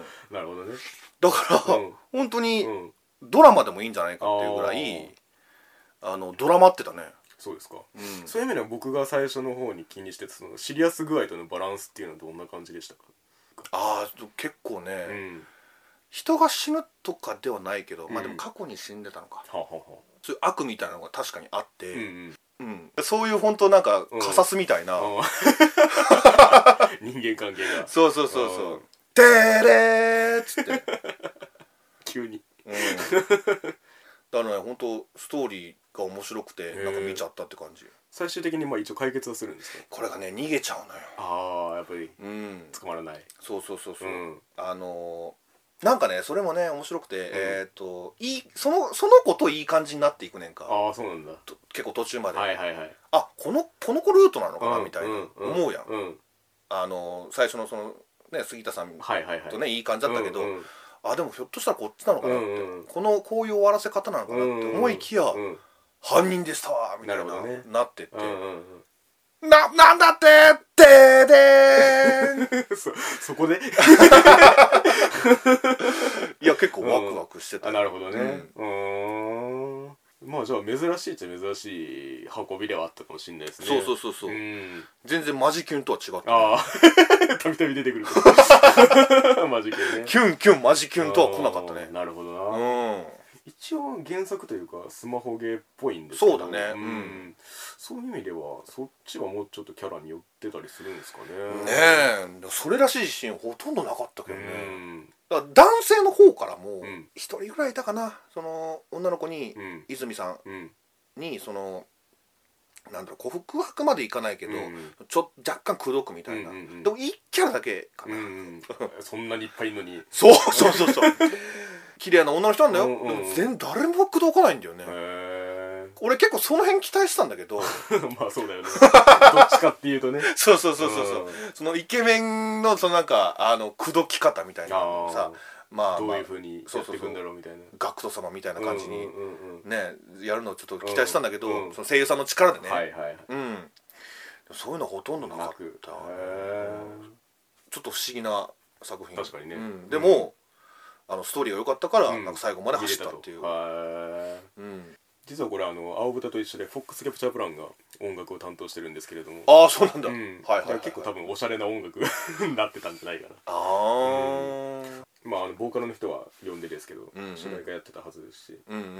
なるほどね。 だから、うん、本当にドラマでもいいんじゃないかっていうぐらい、あのドラマってたね。 そうですか、うん、そういう意味では僕が最初の方に気にしてたそのシリアス具合とのバランスっていうのはどんな感じでしたか？ ああ、結構ね、うん、人が死ぬとかではないけど、うん、まあでも過去に死んでたのか、はははそういう悪みたいなのが確かにあって、うんうんうん、 そういう本当なんかカサスみたいな、 うん、人間関係がそうそうそうそう「てれー」っつって急に、 うん、だからね本当ストーリーが面白くてなんか見ちゃったって感じ。 最終的にまあ一応解決はするんですか？ これがね逃げちゃうのよ。 ああやっぱり、 うん、 捕まらない。 そうそうそうそう、 うん、 あのー、なんかねそれもね面白くて、うん、えっ、ー、といいそのその子といい感じになっていくねんか。 ああそうなんだ。 結構途中まで、 はいはいはい、 あこのこの子ルートなのかな、 うん、 みたいな、 うん、 思うやん、 うん、 あのー、最初のそのね杉田さんとね、 はいはいはい、 いい感じだったけど、うんうん、あでもひょっとしたらこっちなのかなって、うんうん、このこういう終わらせ方なのかなって思いきや、うんうん、犯人でしたわみたい な, な,、ね、なってって、うんうんうん、な, なんだってででーんそ, そこでいや結構ワクワクしてた、 うん、あなるほどね、うん、うーんまあじゃあ珍しいっちゃ珍しい運びではあったかもしれないですね。 そうそうそうそう、うん、全然マジキュンとは違って、ね、 ああたびたび出てくるマジキュンね、 キュンキュンマジキュンとは来なかったね。 なるほどな、 うん、 一応原作というかスマホゲーっぽいんですけど、そうだね、うん、うん、 そういう意味ではそっちはもうちょっとキャラに寄ってたりするんですかね。 ねえそれらしいシーンほとんどなかったけどね、うん、だから男性の方からも一人ぐらいいたかな、その女の子に、うん、泉さんにそのなんだろう告白までいかないけど、うん、ちょ若干口説くみたいな、うんうんうん、でも一キャラだけかな、うんうん、 そんなにいっぱいいるのにそうそうそうそう綺麗な女の人なんだよ、うんうん、でも全誰も口説かないんだよね。俺結構その辺期待したんだけどまあそうだよねどっちかっていうとねそうそうそうそうそう、うん、そのイケメンのそのなんかあの口説き方みたいなのさ、 まあ、どういう風にやっていくんだろうみたいな、 ガクト様みたいな感じにねやるのをちょっと期待したんだけど、うんうん、その声優さんの力でね、はいはい、うん、そういうのほとんどなかった。ちょっと不思議な作品。 確かにね、うん、 でも、うん、あのストーリーが良かったから、うん、なんか最後まで走ったっていう、うん、 実はこれあの青豚と一緒でフォックスキャプチャープランが音楽を担当してるんですけれども、 ああそうなんだ、うん、 はいはいはいはい、結構多分おしゃれな音楽になってたんじゃないかな。ああ、うん、まああのボーカルの人は呼んでですけど、うんうん、主題歌やってたはずですし、うんうんうんうん、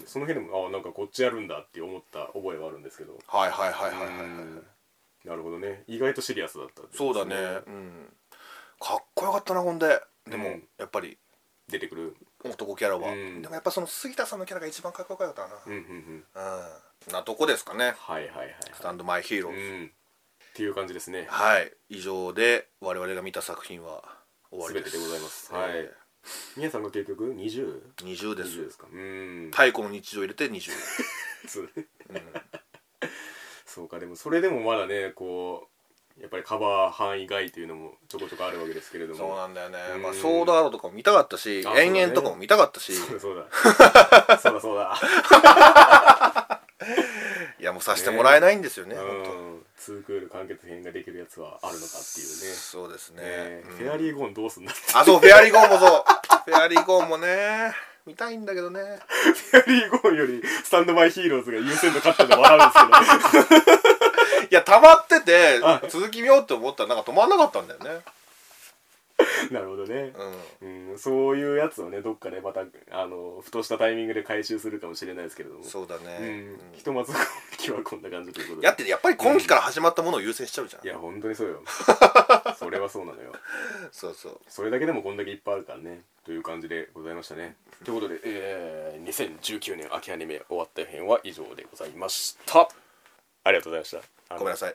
その辺でもあなんかこっちやるんだって思った覚えはあるんですけど、 はいはいはいはいはい、はい、 なるほどね、意外とシリアスだったんですね。 そうだね、うん、かっこよかったな。ほんででも、うん、やっぱり出てくる男キャラは、うん、でもやっぱその杉田さんのキャラが一番かっこよかったな、うんうんうん、うん、なとこですかね。 はいはいはい、はい、 スタンドマイヒーローズ、 うん、っていう感じですね。 はい、以上で我々が見た作品は終わりです。 全てでございます、えー、はい。皆さんが結局 にじゅう?にじゅう です。にじゅうですか。うん、 太古の日常入れてにじゅうそうね、うん、そうか。でもそれでもまだねこうやっぱりカバー範囲外というのもちょこちょこあるわけですけれども。 そうなんだよね、まあ、ソードアートとかも見たかったし、延々とかも見たかったし、 そうだそうだそうだそうだいやもうさせてもらえないんですよね、 ね、本当ツークール完結編ができるやつはあるのかっていうね。 そうですね、 ね、うん、フェアリーゴーンどうすんだって。 あそうフェアリーゴーンもそうフェアリーゴーンもね見たいんだけどねフェアリーゴーンよりスタンドマイヒーローズが優先度勝ってるの笑うんですけどいや溜まってて続き見ようって思ったらなんか止まんなかったんだよねなるほどね、うんうん、そういうやつをねどっかでまたあのふとしたタイミングで回収するかもしれないですけれども。 そうだね、うんうん、ひとまず今期はこんな感じということで。 やってやっぱり今期から始まったものを優先しちゃうじゃん、 うん、いや本当にそうよそれはそうなのよそうそう、 それだけでもこんだけいっぱいあるからねという感じでございましたね、うん、ということで、えー、にせんじゅうきゅうねん秋アニメ終わった編は以上でございました。ありがとうございました。 ごめんなさい。